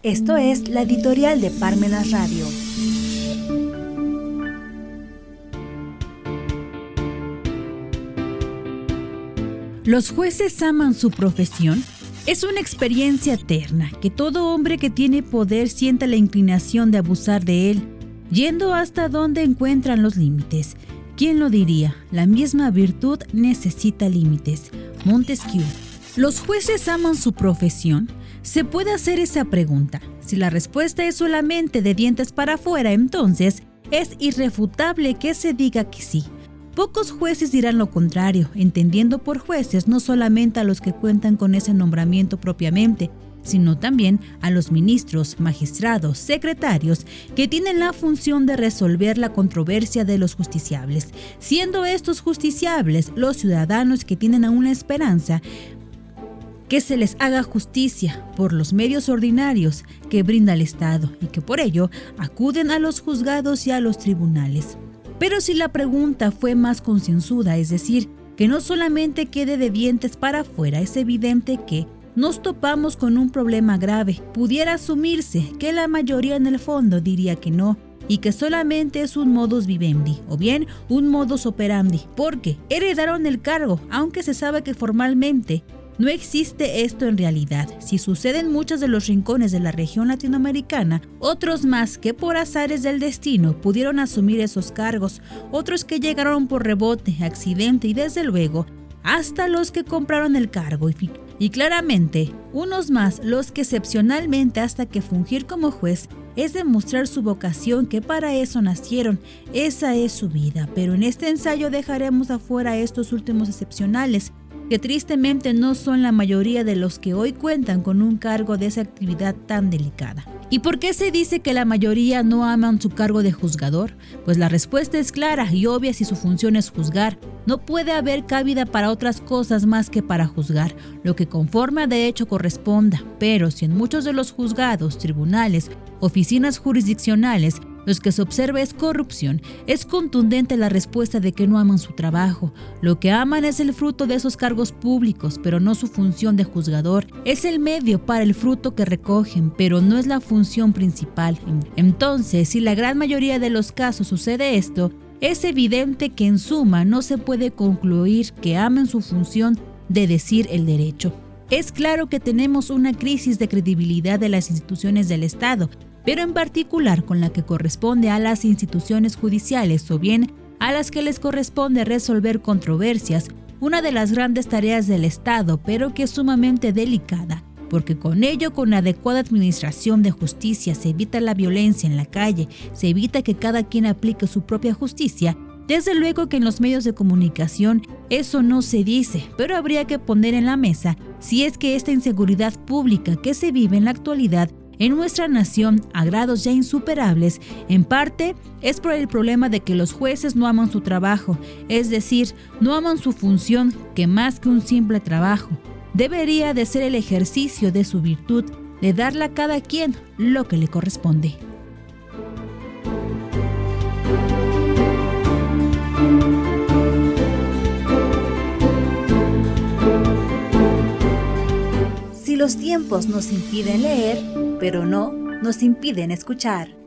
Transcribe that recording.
Esto es la editorial de Parmenas Radio. ¿Los jueces aman su profesión? Es una experiencia eterna que todo hombre que tiene poder sienta la inclinación de abusar de él, yendo hasta donde encuentran los límites. ¿Quién lo diría? La misma virtud necesita límites. Montesquieu. ¿Los jueces aman su profesión? Se puede hacer esa pregunta. Si la respuesta es solamente de dientes para afuera, entonces es irrefutable que se diga que sí. Pocos jueces dirán lo contrario, entendiendo por jueces no solamente a los que cuentan con ese nombramiento propiamente, sino también a los ministros, magistrados, secretarios, que tienen la función de resolver la controversia de los justiciables, siendo estos justiciables los ciudadanos que tienen aún la esperanza que se les haga justicia por los medios ordinarios que brinda el Estado y que por ello acuden a los juzgados y a los tribunales. Pero si la pregunta fue más concienzuda, es decir, que no solamente quede de dientes para afuera, es evidente que nos topamos con un problema grave. Pudiera asumirse que la mayoría en el fondo diría que no y que solamente es un modus vivendi o bien un modus operandi, porque heredaron el cargo, aunque se sabe que formalmente no existe esto en realidad. Si sucede en muchos de los rincones de la región latinoamericana, otros más que por azares del destino pudieron asumir esos cargos, otros que llegaron por rebote, accidente y desde luego hasta los que compraron el cargo y claramente unos más los que excepcionalmente hasta que fungir como juez es demostrar su vocación, que para eso nacieron, esa es su vida. Pero en este ensayo dejaremos afuera estos últimos excepcionales, que tristemente no son la mayoría de los que hoy cuentan con un cargo de esa actividad tan delicada. ¿Y por qué se dice que la mayoría no aman su cargo de juzgador? Pues la respuesta es clara y obvia: si su función es juzgar, no puede haber cabida para otras cosas más que para juzgar, lo que conforme a derecho corresponda. Pero si en muchos de los juzgados, tribunales, oficinas jurisdiccionales, los que se observa es corrupción, es contundente la respuesta de que no aman su trabajo. Lo que aman es el fruto de esos cargos públicos, pero no su función de juzgador. Es el medio para el fruto que recogen, pero no es la función principal. Entonces, si la gran mayoría de los casos sucede esto, es evidente que en suma no se puede concluir que amen su función de decir el derecho. Es claro que tenemos una crisis de credibilidad de las instituciones del Estado, pero en particular con la que corresponde a las instituciones judiciales o bien a las que les corresponde resolver controversias, una de las grandes tareas del Estado, pero que es sumamente delicada, porque con ello, con la adecuada administración de justicia, se evita la violencia en la calle, se evita que cada quien aplique su propia justicia. Desde luego que en los medios de comunicación eso no se dice, pero habría que poner en la mesa si es que esta inseguridad pública que se vive en la actualidad en nuestra nación a grados ya insuperables, en parte es por el problema de que los jueces no aman su trabajo, es decir, no aman su función, que más que un simple trabajo, debería de ser el ejercicio de su virtud, de darle a cada quien lo que le corresponde. Si los tiempos nos impiden leer, pero no nos impiden escuchar.